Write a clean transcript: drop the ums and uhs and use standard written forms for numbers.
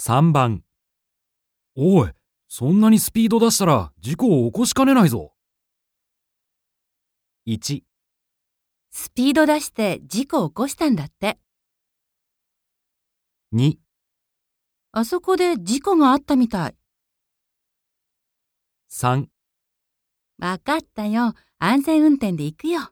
3番。おい、そんなにスピード出したら事故を起こしかねないぞ。1、 スピード出して事故を起こしたんだって。 2、 あそこで事故があったみたい。 3。 わかったよ。安全運転で行くよ。